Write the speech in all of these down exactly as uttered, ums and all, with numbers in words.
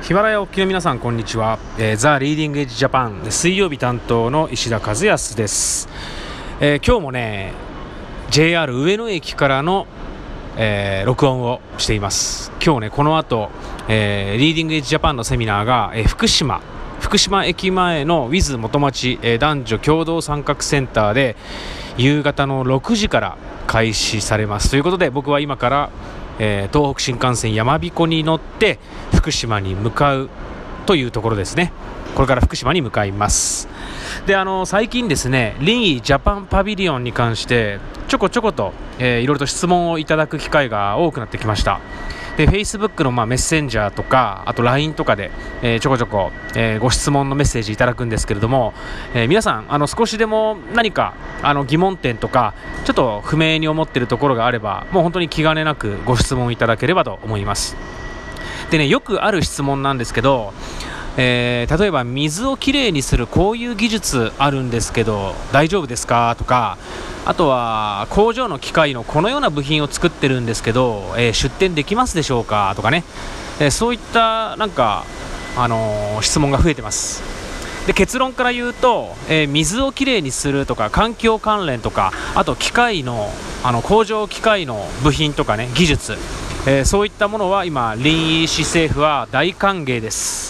ヒマラヤお聞きの皆さんこんにちは、えー、ザ・リーディングエッジジャパン水曜日担当の石田和康です、えー、今日もね ジェイアール 上野駅からの、えー、録音をしています。今日ねこの後、えー、リーディングエッジジャパンのセミナーが、えー、福島福島駅前の ウィズ 元町、えー、男女共同参画センターで夕方のろくじから開始されますということで、僕は今からえー、東北新幹線やまびこに乗って福島に向かうというところですね。これから福島に向かいます。であの最近ですねリージャパンパビリオンに関してちょこちょこと、えー、いろいろと質問をいただく機会が多くなってきました。で Facebook の、まあ、メッセンジャーとかあと ライン とかで、えー、ちょこちょこ、えー、ご質問のメッセージいただくんですけれども、えー、皆さんあの少しでも何かあの疑問点とかちょっと不明に思っているところがあればもう本当に気兼ねなくご質問いただければと思います。でねよくある質問なんですけど、えー、例えば水をきれいにするこういう技術あるんですけど大丈夫ですかとか、あとは工場の機械のこのような部品を作ってるんですけど、えー、出店できますでしょうかとかね、えー、そういったなんか、あのー、質問が増えてます。で結論から言うと、えー、水をきれいにするとか環境関連とかあと機械の、あの工場機械の部品とかね技術、えー、そういったものは今林医師政府は大歓迎です。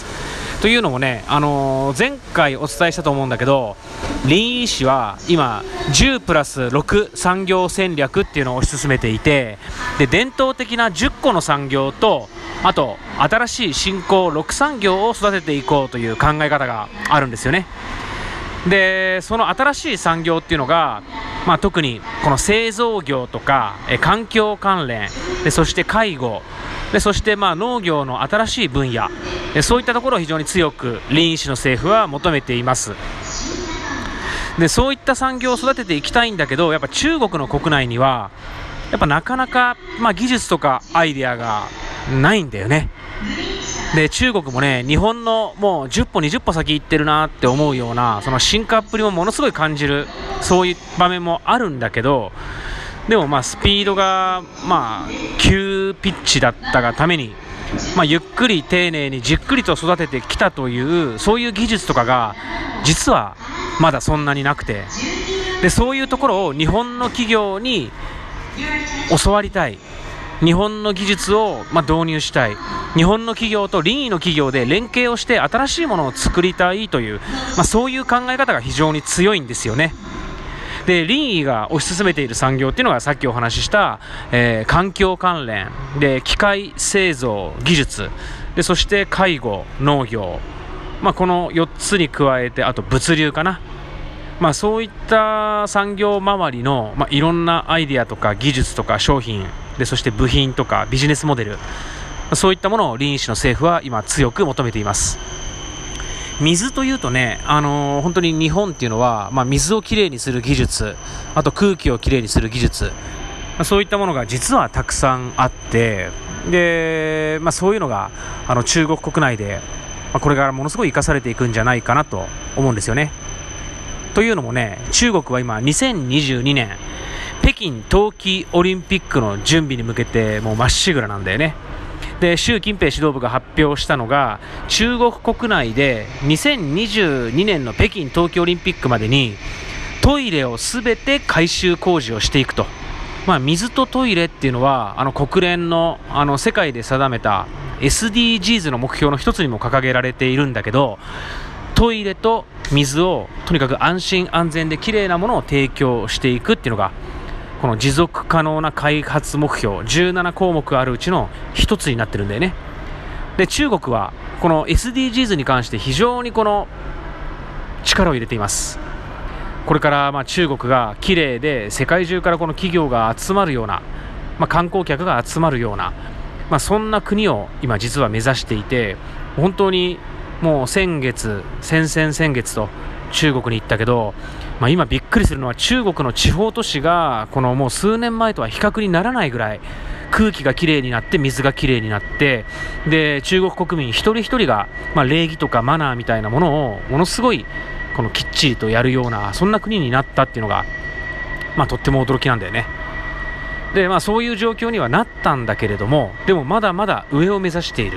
というのもね、あのー、前回お伝えしたと思うんだけど林医師は今じゅうプラスろく産業戦略っていうのを推し進めていて、で伝統的なじゅっこの産業とあと新しい新興ろく産業を育てていこうという考え方があるんですよね。でその新しい産業っていうのが、まあ、特にこの製造業とかえ環境関連でそして介護でそしてまあ農業の新しい分野でそういったところを非常に強く林医師の政府は求めています。でそういった産業を育てていきたいんだけどやっぱ中国の国内にはやっぱなかなか、まあ、技術とかアイデアがないんだよね。で中国もね日本のもうじゅっぽにじゅっぽ先行ってるなって思うようなその進化っぷりもものすごい感じるそういう場面もあるんだけど、でもまあスピードがまあ急ピッチだったがために、まあ、ゆっくり丁寧にじっくりと育ててきたというそういう技術とかが実はまだそんなになくて、でそういうところを日本の企業に教わりたい、日本の技術をまあ導入したい、日本の企業と林医の企業で連携をして新しいものを作りたいという、まあ、そういう考え方が非常に強いんですよね。で林医が推し進めている産業っていうのがさっきお話しした、えー、環境関連で機械製造技術でそして介護農業、まあ、このよっつに加えてあと物流かな、まあ、そういった産業周りの、まあ、いろんなアイデアとか技術とか商品でそして部品とかビジネスモデル、そういったものを林医師の政府は今強く求めています。水というとね、あのー、本当に日本っていうのは、まあ、水をきれいにする技術あと空気をきれいにする技術、まあ、そういったものが実はたくさんあってで、まあ、そういうのがあの中国国内で、まあ、これからものすごい生かされていくんじゃないかなと思うんですよね。というのもね中国は今にせんにじゅうにねん北京冬季オリンピックの準備に向けてもうまっしぐらなんだよね。で習近平指導部が発表したのが中国国内でにせんにじゅうにねんの北京冬季オリンピックまでにトイレをすべて改修工事をしていくと、まあ、水とトイレっていうのはあの国連 の, あの世界で定めた エスディージーズ の目標の一つにも掲げられているんだけど、トイレと水をとにかく安心安全できれいなものを提供していくっていうのがこの持続可能な開発目標じゅうななこうもくあるうちの一つになってるんだよね。で中国はこの エスディージーズ に関して非常にこの力を入れています。これからまあ中国が綺麗で世界中からこの企業が集まるような、まあ、観光客が集まるような、まあ、そんな国を今実は目指していて、本当にもう先月先々先月と中国に行ったけど、まあ、今びっくりするのは中国の地方都市がこのもう数年前とは比較にならないぐらい空気がきれいになって水がきれいになって、で中国国民一人一人がまあ礼儀とかマナーみたいなものをものすごいこのきっちりとやるようなそんな国になったっていうのが、まあ、とっても驚きなんだよね。で、まあ、そういう状況にはなったんだけれども、でもまだまだ上を目指している、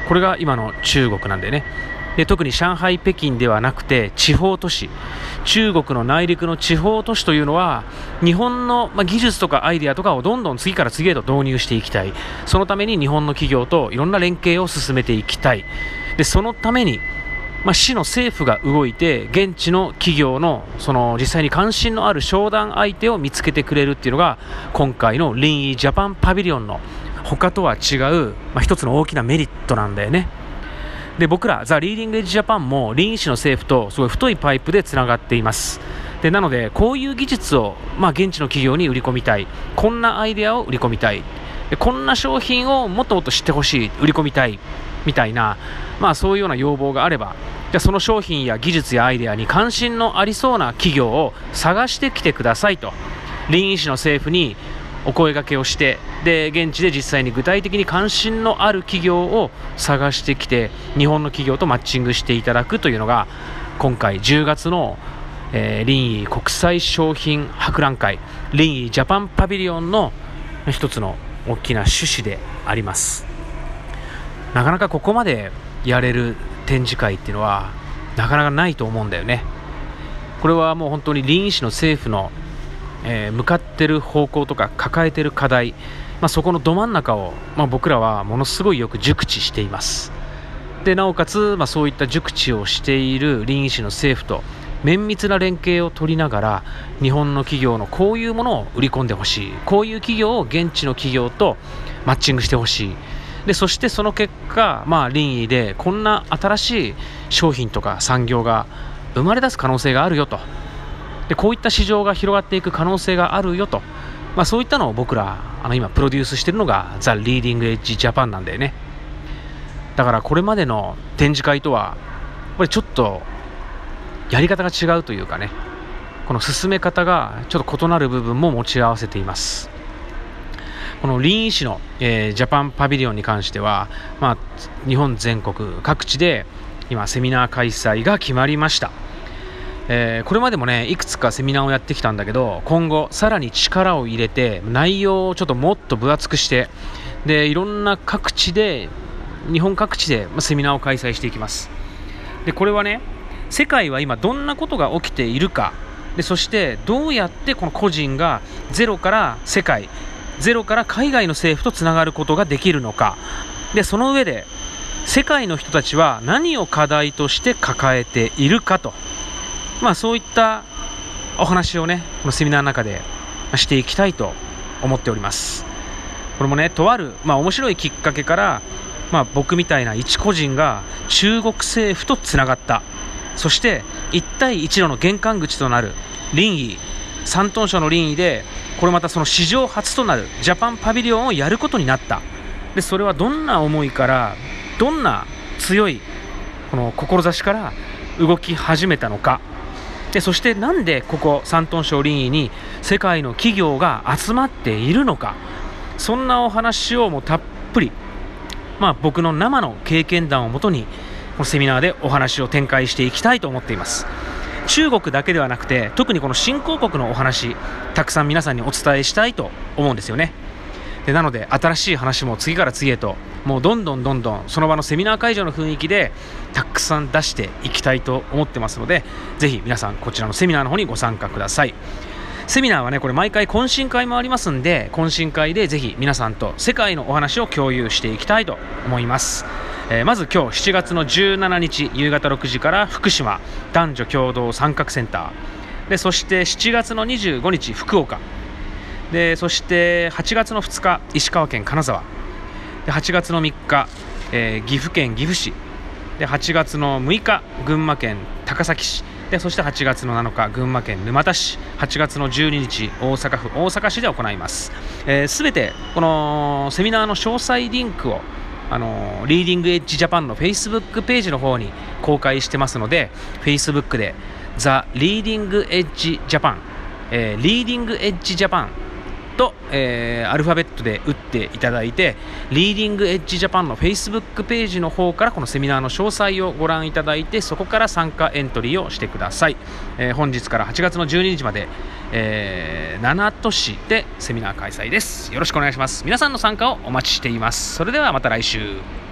これが今の中国なんだよね。で特に上海、北京ではなくて地方都市、中国の内陸の地方都市というのは日本の技術とかアイデアとかをどんどん次から次へと導入していきたい。そのために日本の企業といろんな連携を進めていきたい。でそのために、まあ、市の政府が動いて現地の企業のその実際に関心のある商談相手を見つけてくれるっていうのが今回のリンイジャパンパビリオンの他とは違う、まあ、一つの大きなメリットなんだよね。で僕らザ・リーディングエッジジャパンもリン市の政府とすごい太いパイプでつながっています。でなのでこういう技術を、まあ、現地の企業に売り込みたい、こんなアイデアを売り込みたい、でこんな商品をもっともっと知ってほしい、売り込みたいみたいな、まあ、そういうような要望があれば、じゃあその商品や技術やアイデアに関心のありそうな企業を探してきてくださいとリン市の政府にお声掛けをして、で現地で実際に具体的に関心のある企業を探してきて日本の企業とマッチングしていただくというのが今回じゅうがつの、えー、リンイ国際商品博覧会リンイジャパンパビリオンの一つの大きな趣旨であります。なかなかここまでやれる展示会っていうのはなかなかないと思うんだよね。これはもう本当にリンイ市の政府のえー、向かってる方向とか抱えてる課題、まあ、そこのど真ん中を、まあ、僕らはものすごいよく熟知しています。でなおかつ、まあ、そういった熟知をしているリン市の政府と綿密な連携を取りながら日本の企業のこういうものを売り込んでほしい、こういう企業を現地の企業とマッチングしてほしい。でそしてその結果、まあ、リンイでこんな新しい商品とか産業が生まれ出す可能性があるよと、でこういった市場が広がっていく可能性があるよと、まあ、そういったのを僕らあの今プロデュースしているのがザ・リーディングエッジジャパンなんだよね。だからこれまでの展示会とはやっぱりちょっとやり方が違うというかね、この進め方がちょっと異なる部分も持ち合わせています。このリン市の、えー、ジャパンパビリオンに関しては、まあ、日本全国各地で今セミナー開催が決まりました。えー、これまでもねいくつかセミナーをやってきたんだけど、今後さらに力を入れて内容をちょっともっと分厚くして、でいろんな各地で日本各地でセミナーを開催していきます。でこれはね、世界は今どんなことが起きているか、でそしてどうやってこの個人がゼロから世界、ゼロから海外の政府とつながることができるのか、でその上で世界の人たちは何を課題として抱えているかと、まあ、そういったお話をねこのセミナーの中でしていきたいと思っております。これもねとある、まあ、面白いきっかけから、まあ、僕みたいな一個人が中国政府とつながった、そして一対一路の玄関口となるリンイ山東省のリンイで、これまたその史上初となるジャパンパビリオンをやることになった。でそれはどんな思いから、どんな強いこの志から動き始めたのか、でそしてなんでここ山東省リンイに世界の企業が集まっているのか、そんなお話をもうたっぷり、まあ、僕の生の経験談をもとにこのセミナーでお話を展開していきたいと思っています。中国だけではなくて特にこの新興国のお話たくさん皆さんにお伝えしたいと思うんですよね。でなので新しい話も次から次へともうどんどんどんどんその場のセミナー会場の雰囲気でたくさん出していきたいと思ってますので、ぜひ皆さんこちらのセミナーの方にご参加ください。セミナーはねこれ毎回懇親会もありますんで、懇親会でぜひ皆さんと世界のお話を共有していきたいと思います。えー、まず今日しちがつのじゅうしちにち夕方ろくじから福島男女共同参画センターで、そしてしちがつのにじゅうごにち福岡で、そしてはちがつのふつか石川県金沢で、はちがつのみっか、えー、岐阜県岐阜市で、はちがつのむいか群馬県高崎市で、そしてはちがつのなのか群馬県沼田市、はちがつのじゅうににち大阪府大阪市で行います。すべ、えー、てこのセミナーの詳細リンクをあのー、リーディングエッジジャパンの Facebook ページの方に公開してますので、 Facebook でザ・リーディングエッジジャパン、えー、リーディングエッジジャパンと、えー、アルファベットで打っていただいて、リーディングエッジジャパンの Facebook ページの方からこのセミナーの詳細をご覧いただいて、そこから参加エントリーをしてください。えー、本日からはちがつのじゅうににちまで、えー、ななとしでセミナー開催です。よろしくお願いします。皆さんの参加をお待ちしています。それではまた来週。